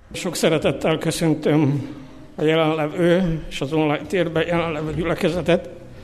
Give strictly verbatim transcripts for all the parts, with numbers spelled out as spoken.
Sok szeretettel köszöntöm a jelenlevő és az online térben jelenlevő gyülekezetet.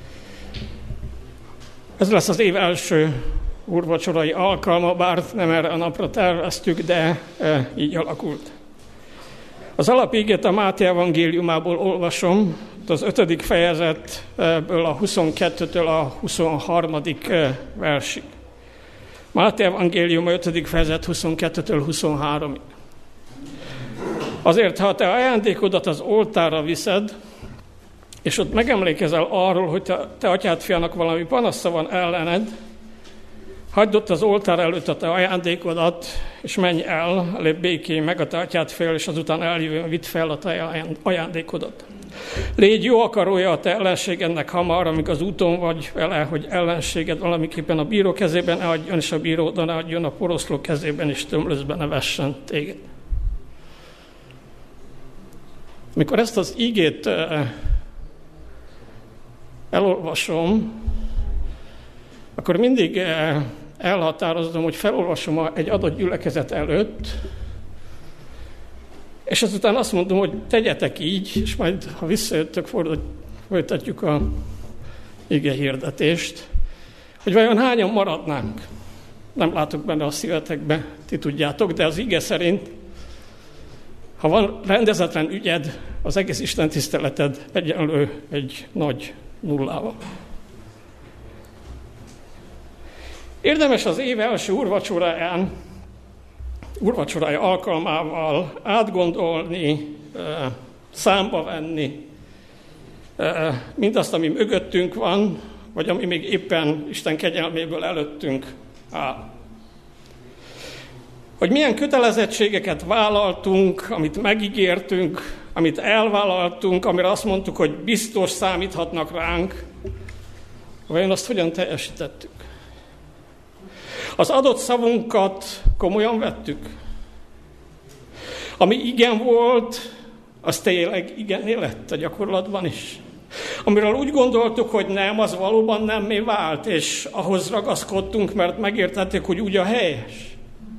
Ez lesz az év első úrvacsorai alkalma, bár nem erre a napra terveztük, de e, így alakult. Az alapigét a Máté evangéliumából olvasom, az ötödik fejezetből a huszonkettőtől a huszonharmadik versig. Máté evangélium ötödik fejezet huszonkettőtől huszonháromig. Azért, ha te ajándékodat az oltárra viszed, és ott megemlékezel arról, hogy te, te atyád fiának valami panasza van ellened, hagyd ott az oltár előtt a te ajándékodat, és menj el, lép békén meg a te atyád fél, és azután eljövően vidd fel a te ajándékodat. Légy jó akarója a te ellenségednek hamar, amíg az úton vagy vele, hogy ellenséged valamiképpen a bíró kezében ne adjon, és a bíró oda ne adjon a poroszló kezében, és tömlözbe ne vessen téged. Mikor ezt az ígét elolvasom, akkor mindig elhatározom, hogy felolvasom egy adott gyülekezet előtt, és azután azt mondom, hogy tegyetek így, és majd, ha visszajöttök, folytatjuk a ige hirdetést, hogy vajon hányan maradnánk. Nem látok benne a szívetekbe, ti tudjátok, de az ige szerint, ha van rendezetlen ügyed, az egész Isten tiszteleted egyenlő egy nagy nullával. Érdemes az év első úrvacsoráján, úrvacsorája alkalmával átgondolni, számba venni mindazt, ami mögöttünk van, vagy ami még éppen Isten kegyelméből előttünk áll. Hogy milyen kötelezettségeket vállaltunk, amit megígértünk, amit elvállaltunk, amire azt mondtuk, hogy biztos számíthatnak ránk, vajon azt hogyan teljesítettük? Az adott szavunkat komolyan vettük? Ami igen volt, az tényleg igené lett a gyakorlatban is. Amiről úgy gondoltuk, hogy nem, az valóban nemmé vált, és ahhoz ragaszkodtunk, mert megértettük, hogy úgy a helyes.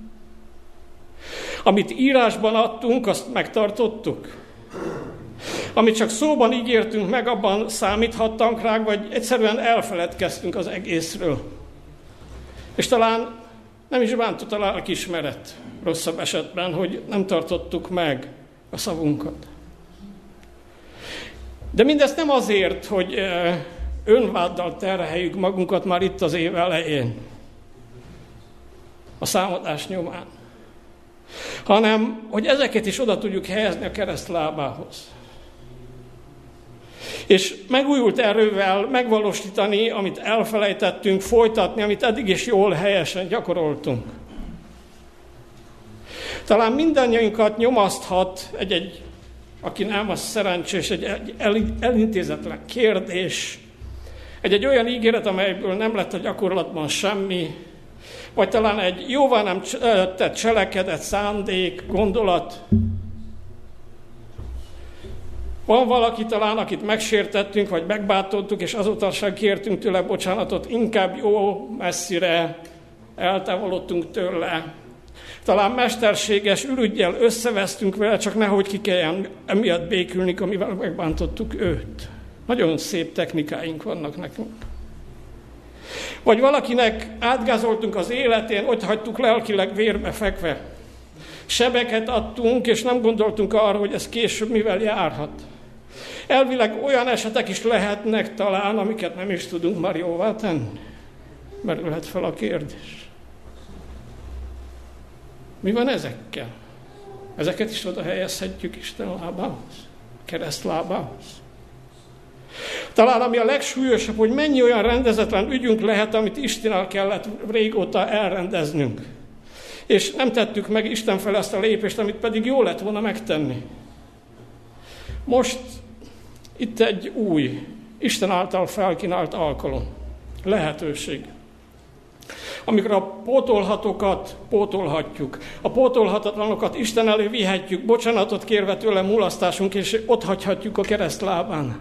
Amit írásban adtunk, azt megtartottuk. Amit csak szóban ígértünk meg, abban számíthattunk rá, vagy egyszerűen elfeledkeztünk az egészről. És talán nem is bántott a lelkiismeret rosszabb esetben, hogy nem tartottuk meg a szavunkat. De mindezt nem azért, hogy önváddal terheljük magunkat már itt az év elején, a számadás nyomán, hanem hogy ezeket is oda tudjuk helyezni a kereszt lábához. És megújult erővel megvalósítani, amit elfelejtettünk, folytatni, amit eddig is jól, helyesen gyakoroltunk. Talán mindannyiunkat nyomaszthat egy-egy, aki nem, az szerencsés, egy, egy elintézetlen kérdés, egy-egy olyan ígéret, amelyből nem lett a gyakorlatban semmi, vagy talán egy jóvá nem tett cselekedet, szándék, gondolat. Van valaki talán, akit megsértettünk, vagy megbántottuk, és azóta sem kértünk tőle bocsánatot, inkább jó messzire eltávolodtunk tőle. Talán mesterséges ürüggyel összevesztünk vele, csak nehogy ki kelljen emiatt békülni, amivel megbántottuk őt. Nagyon szép technikáink vannak nekünk. Vagy valakinek átgázoltunk az életén, ott hagytuk lelkileg vérbe fekve. Sebeket adtunk, és nem gondoltunk arra, hogy ez később mivel járhat. Elvileg olyan esetek is lehetnek talán, amiket nem is tudunk már jóvá tenni. Merülhet fel a kérdés. Mi van ezekkel? Ezeket is oda helyezhetjük Isten lábához, kereszt lábához. Talán ami a legsúlyosabb, hogy mennyi olyan rendezetlen ügyünk lehet, amit Istennel kellett régóta elrendeznünk. És nem tettük meg Isten fel ezt a lépést, amit pedig jó lett volna megtenni. Most itt egy új, Isten által felkínált alkalom, lehetőség. Amikor a pótolhatókat pótolhatjuk, a pótolhatatlanokat Isten elé vihetjük, bocsánatot kérve tőle mulasztásunk, és ott hagyhatjuk a kereszt lábán.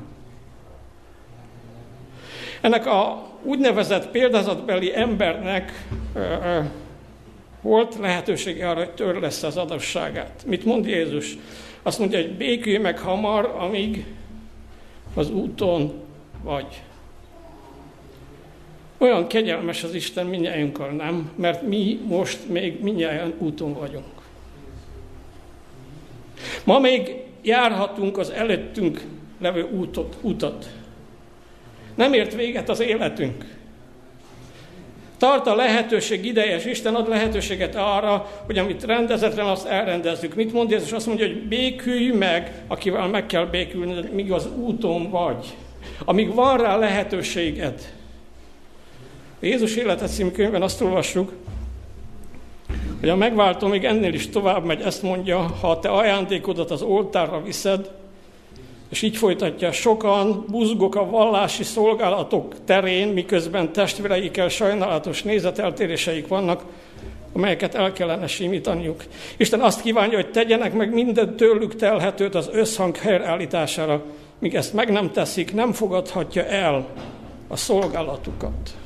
Ennek a úgynevezett példázatbeli embernek Volt lehetősége arra, hogy törlessze az adósságát. Mit mond Jézus? Azt mondja, hogy békülj meg hamar, amíg az úton vagy. Olyan kegyelmes az Isten mindnyájunkkal, nem? Mert mi most még mindnyájan úton vagyunk. Ma még járhatunk az előttünk levő útot, utat. Nem ért véget az életünk. Tart a lehetőség ideje, és Isten ad lehetőséget arra, hogy amit rendezetlen, azt elrendezzük. Mit mond Jézus? Azt mondja, hogy békülj meg, akivel meg kell békülni, míg az úton vagy. Amíg van rá lehetőséged. A Jézus Élete című könyvben azt olvassuk, hogy a megváltó még ennél is tovább megy, ezt mondja, ha a te ajándékodat az oltárra viszed, és így folytatja, sokan buzgok a vallási szolgálatok terén, miközben testvéreikkel sajnálatos nézeteltéréseik vannak, amelyeket el kellene simítaniuk. Isten azt kívánja, hogy tegyenek meg minden tőlük telhetőt az összhang helyreállítására, míg ezt meg nem teszik, nem fogadhatja el a szolgálatukat.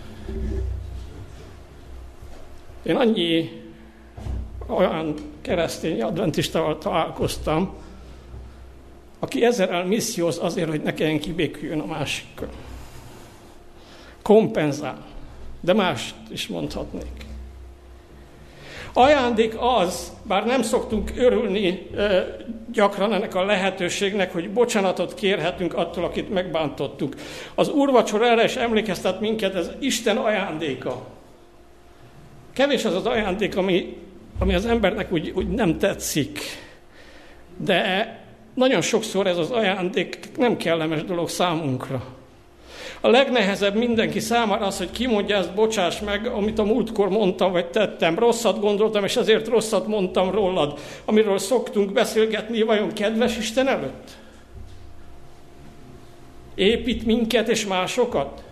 Én annyi olyan keresztény adventistával találkoztam, aki ezerrel misszióz azért, hogy ne kelljen kibéküljön a másikkal. Kompenzál. De mást is mondhatnék. Ajándék az, bár nem szoktunk örülni e, gyakran ennek a lehetőségnek, hogy bocsánatot kérhetünk attól, akit megbántottuk. Az úrvacsora erre is emlékeztet minket, ez Isten ajándéka. Kevés az az ajándék, ami, ami az embernek úgy, úgy nem tetszik. De nagyon sokszor ez az ajándék nem kellemes dolog számunkra. A legnehezebb mindenki számára az, hogy kimondja ezt, bocsáss meg, amit a múltkor mondtam, vagy tettem. Rosszat gondoltam, és ezért rosszat mondtam rólad. Amiről szoktunk beszélgetni, vajon kedves Isten előtt? Épít minket és másokat?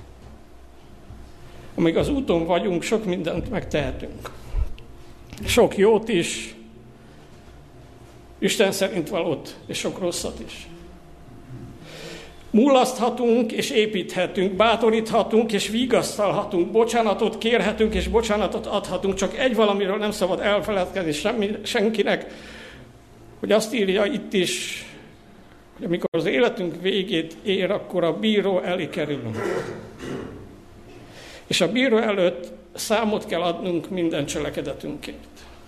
Amíg az úton vagyunk, sok mindent megtehetünk. Sok jót is, Isten szerint valót, és sok rosszat is. Mulaszthatunk és építhetünk, bátoríthatunk és vigasztalhatunk, bocsánatot kérhetünk és bocsánatot adhatunk, csak egy valamiről nem szabad elfeledkezni semmi, senkinek, hogy azt írja itt is, hogy amikor az életünk végét ér, akkor a bíró elé kerülünk. És a bíró előtt számot kell adnunk minden cselekedetünkért.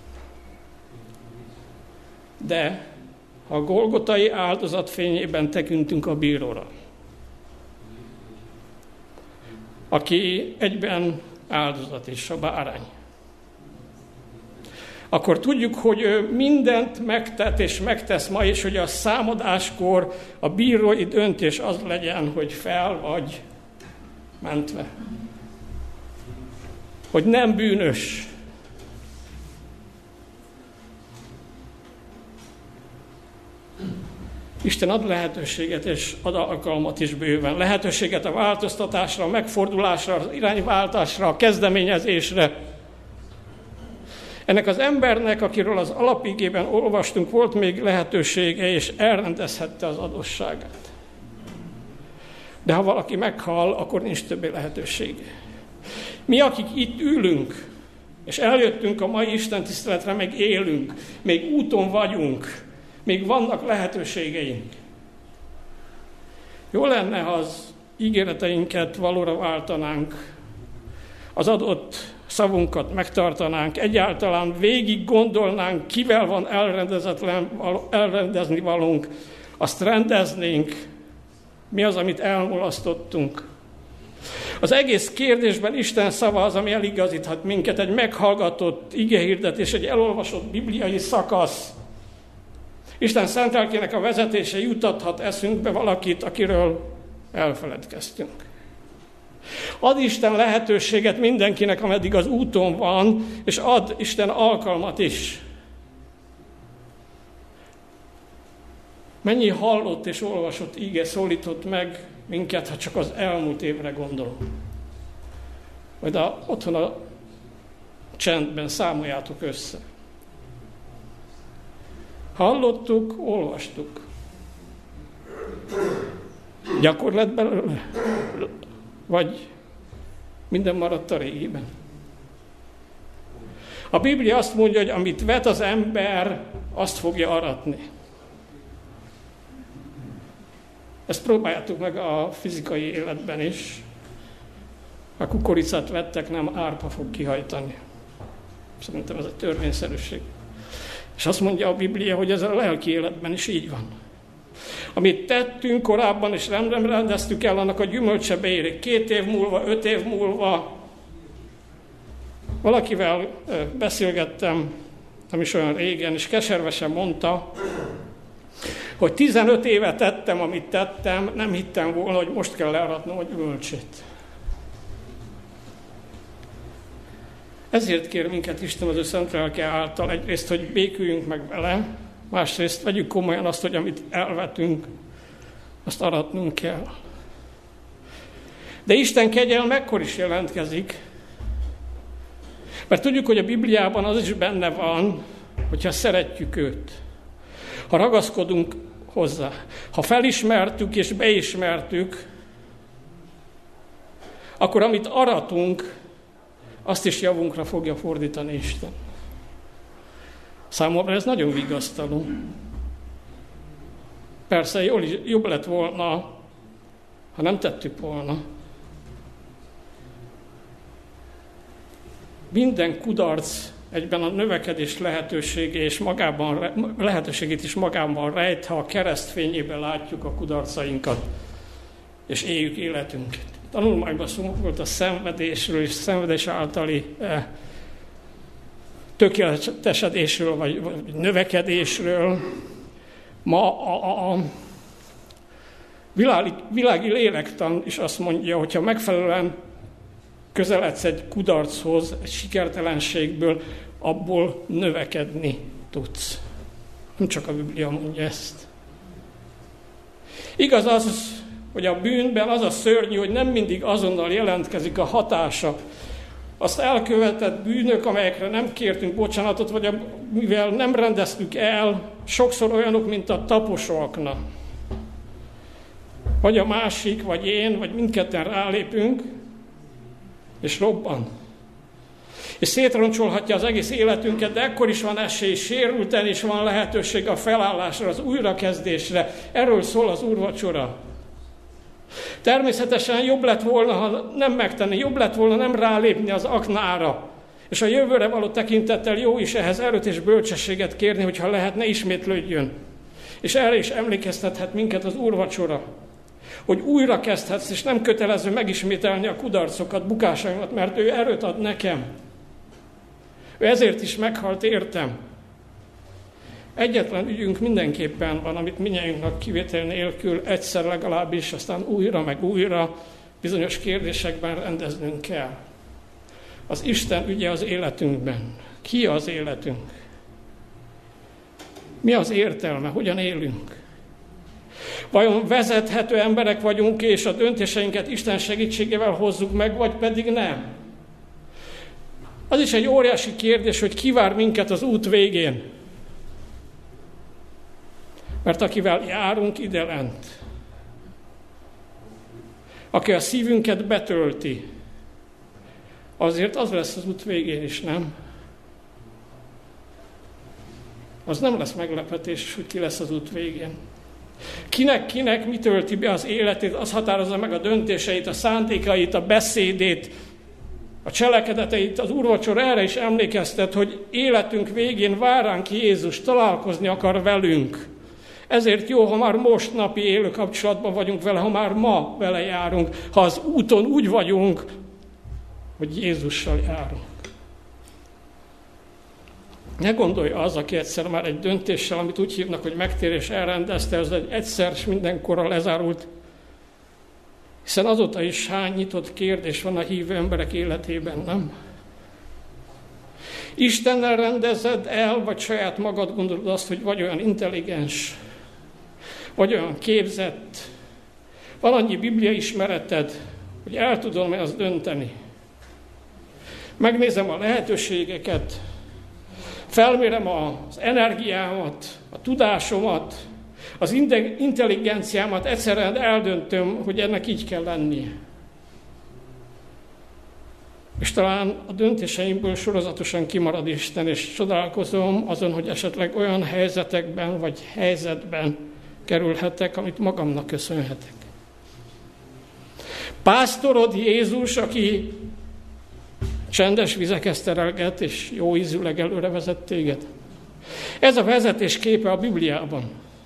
De ha a golgotai áldozat fényében tekintünk a bíróra, aki egyben áldozat is, a bárány, akkor tudjuk, hogy ő mindent megtett és megtesz ma, és hogy a számadáskor a bírói döntés az legyen, hogy fel vagy mentve. Hogy nem bűnös. Isten ad lehetőséget és ad alkalmat is bőven. Lehetőséget a változtatásra, a megfordulásra, az irányváltásra, a kezdeményezésre. Ennek az embernek, akiről az alapigében olvastunk, volt még lehetősége, és elrendezhette az adósságát. De ha valaki meghal, akkor nincs többé lehetősége. Mi, akik itt ülünk, és eljöttünk a mai Isten tiszteletre, meg élünk, még úton vagyunk, még vannak lehetőségeink. Jó lenne, ha az ígéreteinket valóra váltanánk, az adott szavunkat megtartanánk, egyáltalán végig gondolnánk, kivel van elrendezetlen, elrendezni valónk, azt rendeznénk, mi az, amit elmulasztottunk. Az egész kérdésben Isten szava az, ami eligazíthat minket, egy meghallgatott igehirdetés, egy elolvasott bibliai szakasz. Isten szent lelkének a vezetése jutathat eszünkbe valakit, akiről elfeledkeztünk. Ad Isten lehetőséget mindenkinek, ameddig az úton van, és ad Isten alkalmat is. Mennyi hallott és olvasott íge szólított meg minket, ha csak az elmúlt évre gondolunk. Majd a, otthon a csendben számoljátok össze. Hallottuk, olvastuk. Gyakorlat belőle? Vagy minden maradt a régiben? A Biblia azt mondja, hogy amit vet az ember, azt fogja aratni. Ezt próbáljátok meg a fizikai életben is. Ha kukoricát vettek, nem árpa fog kihajtani. Szerintem ez egy törvényszerűség. És azt mondja a Biblia, hogy ez a lelki életben is így van. Amit tettünk korábban, és nem rendeztük el, annak a gyümölcse beérik. Két év múlva, öt év múlva. Valakivel beszélgettem, nem is olyan régen, és keservesen mondta, hogy tizenöt éve tettem, amit tettem, nem hittem volna, hogy most kell learatnom a gyümölcsét. Ezért kér minket Isten az ő szent lelke által egyrészt, hogy béküljünk meg vele, másrészt vegyük komolyan azt, hogy amit elvetünk, azt aratnunk kell. De Isten kegyelme ekkor is jelentkezik, mert tudjuk, hogy a Bibliában az is benne van, hogyha szeretjük őt, ha ragaszkodunk hozzá, ha felismertük és beismertük, akkor amit aratunk, azt is javunkra fogja fordítani Isten. Számomra ez nagyon vigasztaló. Persze jól, jobb lett volna, ha nem tettük volna. Minden kudarc egyben a növekedés lehetősége és magában, lehetőségét is magában rejt, ha a kereszt fényében látjuk a kudarcainkat, és éljük életünket. Tanulmányban szó volt a szenvedésről és szenvedés általi eh, tökéletesedésről, vagy, vagy növekedésről. Ma a, a, a világi, világi lélektan is azt mondja, hogyha megfelelően közeledsz egy kudarchoz, egy sikertelenségből, abból növekedni tudsz. Nem csak a Biblia mondja ezt. Igaz az, hogy a bűnben az a szörnyű, hogy nem mindig azonnal jelentkezik a hatása. Azt elkövetett bűnök, amelyekre nem kértünk bocsánatot, vagy a, mivel nem rendeztük el, sokszor olyanok, mint a taposóakna. Vagy a másik, vagy én, vagy mindketten rálépünk, és robban. És szétroncsolhatja az egész életünket, de ekkor is van esély sérülten, és van lehetőség a felállásra, az újrakezdésre. Erről szól az úrvacsora. Természetesen jobb lett volna, ha nem megtenni, jobb lett volna nem rálépni az aknára. És a jövőre való tekintettel jó is ehhez erőt és bölcsességet kérni, hogyha lehet, ne ismétlődjön. És erre is emlékeztethet minket az úrvacsora, hogy újra kezdhetsz, és nem kötelező megismételni a kudarcokat, bukásaimat, mert ő erőt ad nekem. Ő ezért is meghalt értem. Egyetlen ügyünk mindenképpen van, amit mindnyájunknak kivétel nélkül egyszer legalábbis, aztán újra meg újra bizonyos kérdésekben rendeznünk kell. Az Isten ügye az életünkben. Ki az életünk? Mi az értelme? Hogyan élünk? Vajon vezethető emberek vagyunk, és a döntéseinket Isten segítségével hozzuk meg, vagy pedig nem? Az is egy óriási kérdés, hogy ki vár minket az út végén. Mert akivel járunk idelent, aki a szívünket betölti, azért az lesz az út végén is, nem? Az nem lesz meglepetés, hogy ki lesz az út végén. Kinek, kinek mi tölti be az életét, az határozza meg a döntéseit, a szándékait, a beszédét, a cselekedeteit. Az úrvacsora erre is emlékeztet, hogy életünk végén vár ránk Jézus, találkozni akar velünk. Ezért jó, ha már most napi élő kapcsolatban vagyunk vele, ha már ma vele járunk, ha az úton úgy vagyunk, hogy Jézussal járunk. Ne gondolja az, aki egyszer már egy döntéssel, amit úgy hívnak, hogy megtérés elrendezte, ez egy egyszer és mindenkorra lezárult. Hiszen azóta is hány nyitott kérdés van a hívő emberek életében, nem? Istennel rendezed el, vagy saját magad gondolod azt, hogy vagy olyan intelligens, vagy olyan képzett, van annyi Biblia ismereted, hogy el tudom-e azt dönteni. Megnézem a lehetőségeket, felmérem az energiámat, a tudásomat, az intelligenciámat, egyszerűen eldöntöm, hogy ennek így kell lennie. És talán a döntéseimből sorozatosan kimarad Isten, és csodálkozom azon, hogy esetleg olyan helyzetekben vagy helyzetben kerülhetek, amit magamnak köszönhetek. Pásztorod Jézus, aki csendes vizekhez terelget, és jó ízűleg előre vezet téged. Ez a vezetés képe a Bibliában.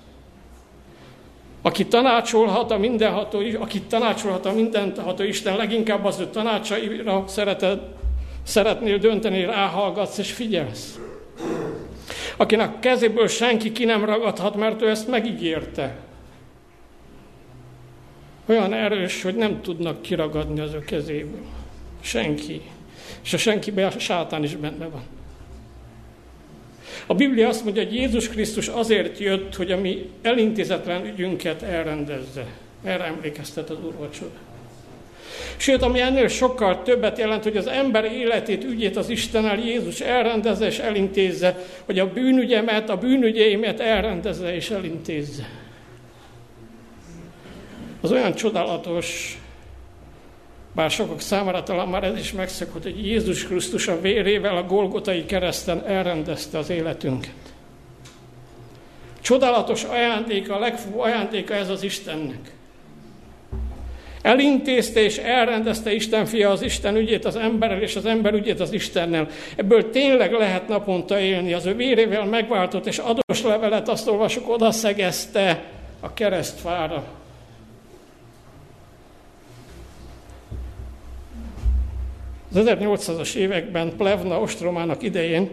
Aki tanácsolhat a mindenható, akit tanácsolhat a mindenható Isten, leginkább az ő tanácsaira szereted, szeretnél dönteni, ráhallgatsz és figyelsz. Akinek kezéből senki ki nem ragadhat, mert ő ezt megígérte. Olyan erős, hogy nem tudnak kiragadni az ő kezéből. Senki. És a senkiben a sátán is benne van. A Biblia azt mondja, hogy Jézus Krisztus azért jött, hogy a mi elintézetlen ügyünket elrendezze. Erre emlékeztet az úrvacsora. Sőt, ami ennél sokkal többet jelent, hogy az ember életét, ügyét az Istennel Jézus elrendezze és elintézze, hogy a bűnügyemet, a bűnügyeimet elrendezze és elintézze. Az olyan csodálatos, bár sokak számára talán már ez is megszokott, hogy Jézus Krisztus a vérével a Golgotai kereszten elrendezte az életünket. Csodálatos ajándéka, a legfőbb ajándéka ez az Istennek. Elintézte és elrendezte Isten fia az Isten ügyét az emberrel, és az ember ügyét az Istennel. Ebből tényleg lehet naponta élni. Az ő vérével megváltott és adós levelet, azt olvasok, odaszegezte a keresztfára. Az ezernyolcszázas években Plevna ostromának idején,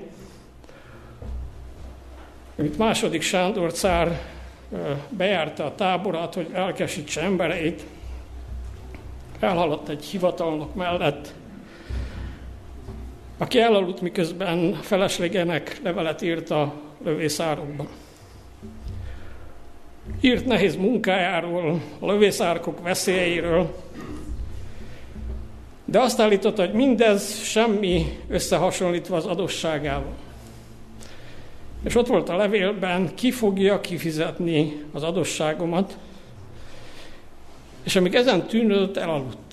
amit második Sándor cár bejárta a táborát, hogy elkesítse embereit, elhaladt egy hivatalnok mellett, aki elaludt, miközben feleslegének levelet írt a lövészárokban. Írt nehéz munkájáról, a lövészárkok veszélyeiről, de azt állította, hogy mindez semmi összehasonlítva az adósságával. És ott volt a levélben, ki fogja kifizetni az adósságomat, és amíg ezen tűnődött, elaludt.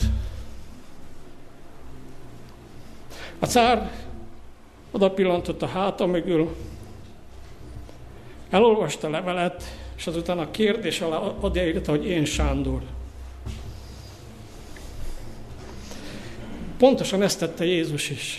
A cár oda pillantott a háta mögül, elolvasta a levelet, és azután a kérdés alá odaírta, hogy én Sándor. Pontosan ezt tette Jézus is.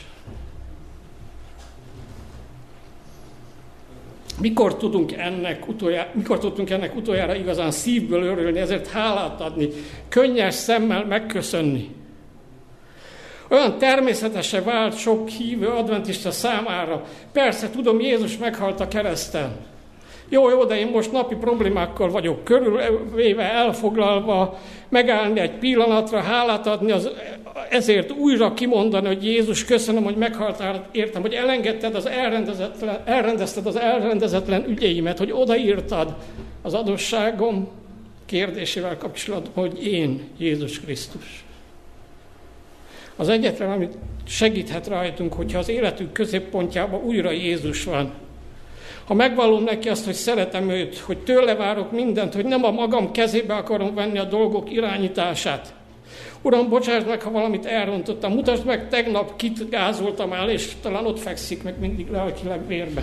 Mikor tudunk ennek utoljára, mikor tudtunk ennek utoljára igazán szívből örülni, ezért hálát adni, könnyes szemmel megköszönni. Olyan természetesen vált sok hívő adventista számára. Persze, tudom, Jézus meghalt a kereszten. Jó, jó, de én most napi problémákkal vagyok körülvéve, elfoglalva, megállni egy pillanatra, hálát adni, az, ezért újra kimondani, hogy Jézus, köszönöm, hogy meghaltál, értem, hogy elengedted az elrendezetlen, elrendezted az elrendezetlen ügyeimet, hogy odaírtad az adósságom kérdésével kapcsolatban, hogy én Jézus Krisztus. Az egyetlen, amit segíthet rajtunk, hogyha az életünk középpontjában újra Jézus van. Ha megvallom neki azt, hogy szeretem őt, hogy tőle várok mindent, hogy nem a magam kezébe akarom venni a dolgok irányítását. Uram, bocsásd meg, ha valamit elrontottam, mutasd meg, tegnap kit gázoltam el, és talán ott fekszik meg mindig lelkileg vérben.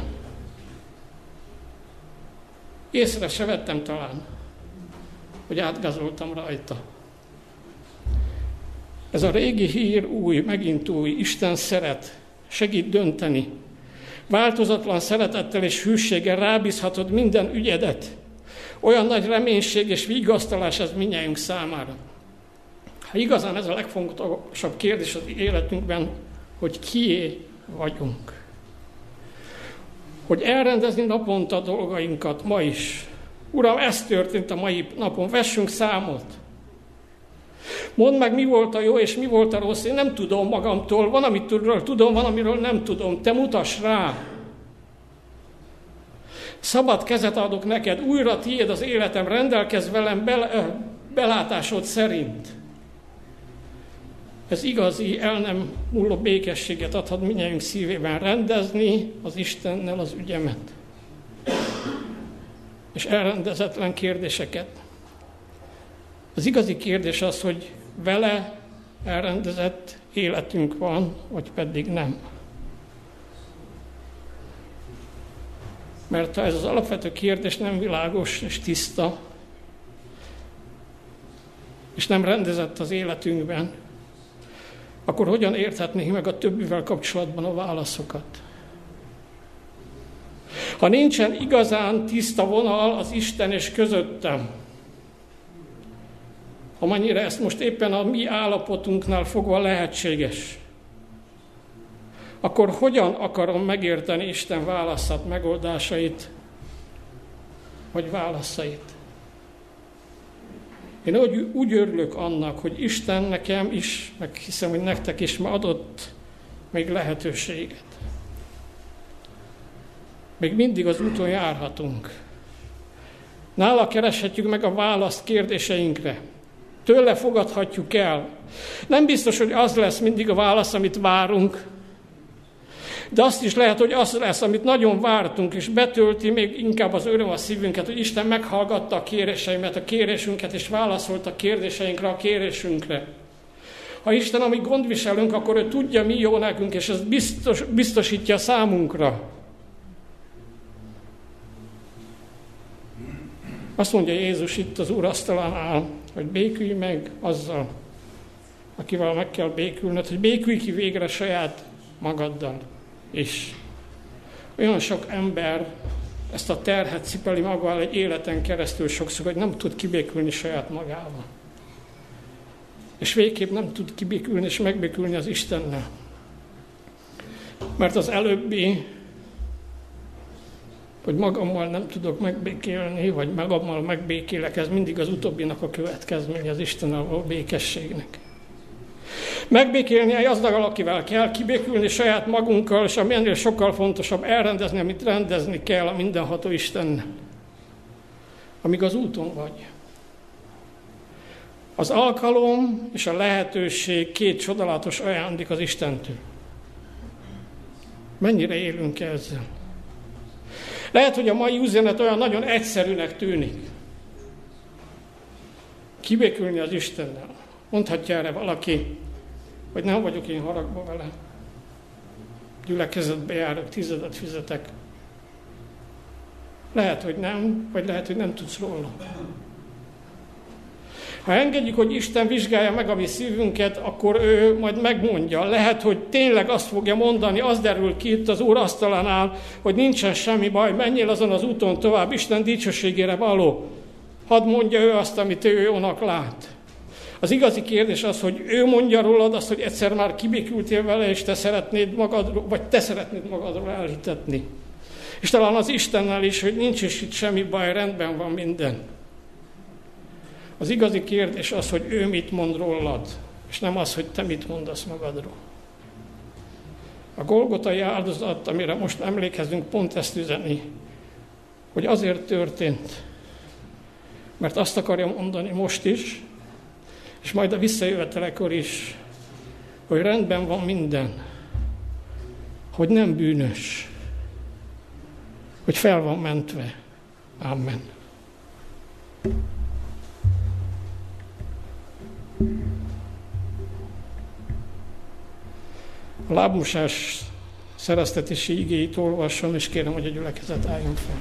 Észre se vettem talán, hogy átgázoltam rajta. Ez a régi hír új, megint új, Isten szeret, segít dönteni. Változatlan szeretettel és hűséggel rábízhatod minden ügyedet. Olyan nagy reménység és vigasztalás ez mindnyájunk számára. Ha igazán ez a legfontosabb kérdés az életünkben, hogy kié vagyunk. Hogy elrendezni naponta a dolgainkat ma is. Uram, ez történt a mai napon, vessünk számot. Mondd meg, mi volt a jó és mi volt a rossz. Én nem tudom magamtól, van, amit tudom, van, amiről nem tudom. Te mutass rá. Szabad kezet adok neked, újra tiéd az életem, rendelkezz velem bel- belátásod szerint. Ez igazi, el nem múló békességet adhat mindnyájunk szívében, rendezni az Istennel az ügyemet. És elrendezetlen kérdéseket. Az igazi kérdés az, hogy vele elrendezett életünk van, vagy pedig nem. Mert ha ez az alapvető kérdés nem világos és tiszta, és nem rendezett az életünkben, akkor hogyan érthetnénk meg a többivel kapcsolatban a válaszokat? Ha nincsen igazán tiszta vonal az Isten és közöttem, amennyire ezt most éppen a mi állapotunknál fogva lehetséges, akkor hogyan akarom megérteni Isten válaszát, megoldásait, vagy válaszait? Én úgy, úgy örülök annak, hogy Isten nekem is, meg hiszem, hogy nektek is ma adott még lehetőséget. Még mindig az úton járhatunk. Nála kereshetjük meg a választ kérdéseinkre. Tőle fogadhatjuk el. Nem biztos, hogy az lesz mindig a válasz, amit várunk, de azt is lehet, hogy az lesz, amit nagyon vártunk, és betölti még inkább az öröm a szívünket, hogy Isten meghallgatta a kéréseimet, a kérésünket, és válaszolt a kérdéseinkre, a kérésünkre. Ha Isten, amíg gondviselünk, akkor ő tudja, mi jó nekünk, és ezt biztos, biztosítja számunkra. Azt mondja Jézus itt az úrasztalánál, hogy békülj meg azzal, akivel meg kell békülnöd, hogy békülj ki végre saját magaddal is. Olyan sok ember ezt a terhet cipeli magával egy életen keresztül sokszor, hogy nem tud kibékülni saját magával. És végképp nem tud kibékülni és megbékülni az Istennel. Mert az előbbi, hogy magammal nem tudok megbékélni, vagy magammal megbékélek, ez mindig az utóbbinak a következménye, az Istennel való békességnek. Megbékélni azzal, akivel kell, kibékülni saját magunkkal, és ami ennél sokkal fontosabb, elrendezni, amit rendezni kell a mindenható Istennel. Amíg az úton vagy. Az alkalom és a lehetőség két csodálatos ajándék az Istentől. Mennyire élünk ezzel? Lehet, hogy a mai üzenet olyan nagyon egyszerűnek tűnik. Kibékülni az Istennel. Mondhatja erre valaki, hogy nem vagyok én haragba vele. Gyülekezetbe járok, tizedet fizetek. Lehet, hogy nem, vagy lehet, hogy nem tudsz róla. Ha engedjük, hogy Isten vizsgálja meg a mi szívünket, akkor ő majd megmondja. Lehet, hogy tényleg azt fogja mondani, az derül ki itt az Úr asztalánál, hogy nincsen semmi baj, menjél azon az úton tovább, Isten dicsőségére való. Hadd mondja ő azt, amit ő jónak lát. Az igazi kérdés az, hogy ő mondja rólad azt, hogy egyszer már kibékültél vele, és te szeretnéd magadról, vagy te szeretnéd magadról elhitetni. És talán az Istennel is, hogy nincs is itt semmi baj, rendben van minden. Az igazi kérdés az, hogy ő mit mond rólad, és nem az, hogy te mit mondasz magadról. A golgotai áldozat, amire most emlékezünk, pont ezt üzeni, hogy azért történt, mert azt akarja mondani most is, és majd a visszajövetelekor is, hogy rendben van minden, hogy nem bűnös, hogy fel van mentve. Amen. A lábmosás szereztetési igéit olvassam, és kérem, hogy a gyülekezet álljon fel.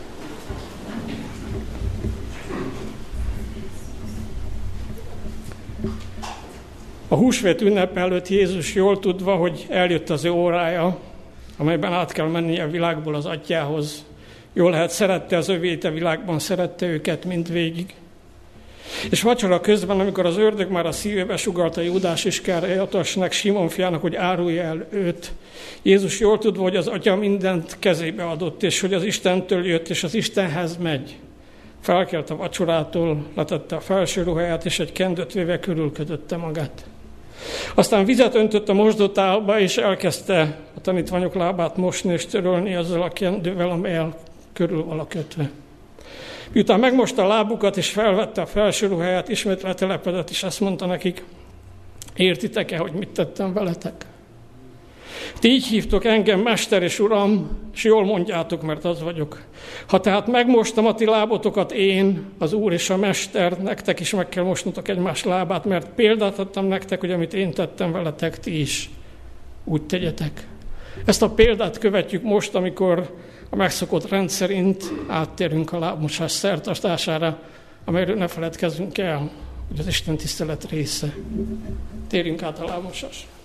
A húsvét ünnep előtt Jézus jól tudva, hogy eljött az ő órája, amelyben át kell mennie a világból az atyához. Jól lehet, szerette az övét a világban, szerette őket mindvégig. És vacsora közben, amikor az ördög már a szívébe sugallta Júdás Iskáriotasnak, Simon fiának, hogy árulja el őt, Jézus jól tudva, hogy az atya mindent kezébe adott, és hogy az Istentől jött, és az Istenhez megy. Felkelt a vacsorától, letette a felső ruháját, és egy kendőt véve körülködötte magát. Aztán vizet öntött a mosdótálba, és elkezdte a tanítványok lábát mosni és törölni azzal a kendővel, amelyel körül vala kötve. Miután megmosta a lábukat, és felvette a felső ruháját, ismét letelepedett, és azt mondta nekik, értitek-e, hogy mit tettem veletek? Ti így hívtok engem, Mester és Uram, és jól mondjátok, mert az vagyok. Ha tehát megmostam a ti lábotokat én, az Úr és a Mester, nektek is meg kell mosnotok egymás lábát, mert példát adtam nektek, hogy amit én tettem veletek, ti is úgy tegyetek. Ezt a példát követjük most, amikor a megszokott rend szerint áttérünk a lábmosás szertartására, amelyről ne feledkezzünk el, hogy az Isten tisztelet része. Térjünk át a lábmosásra.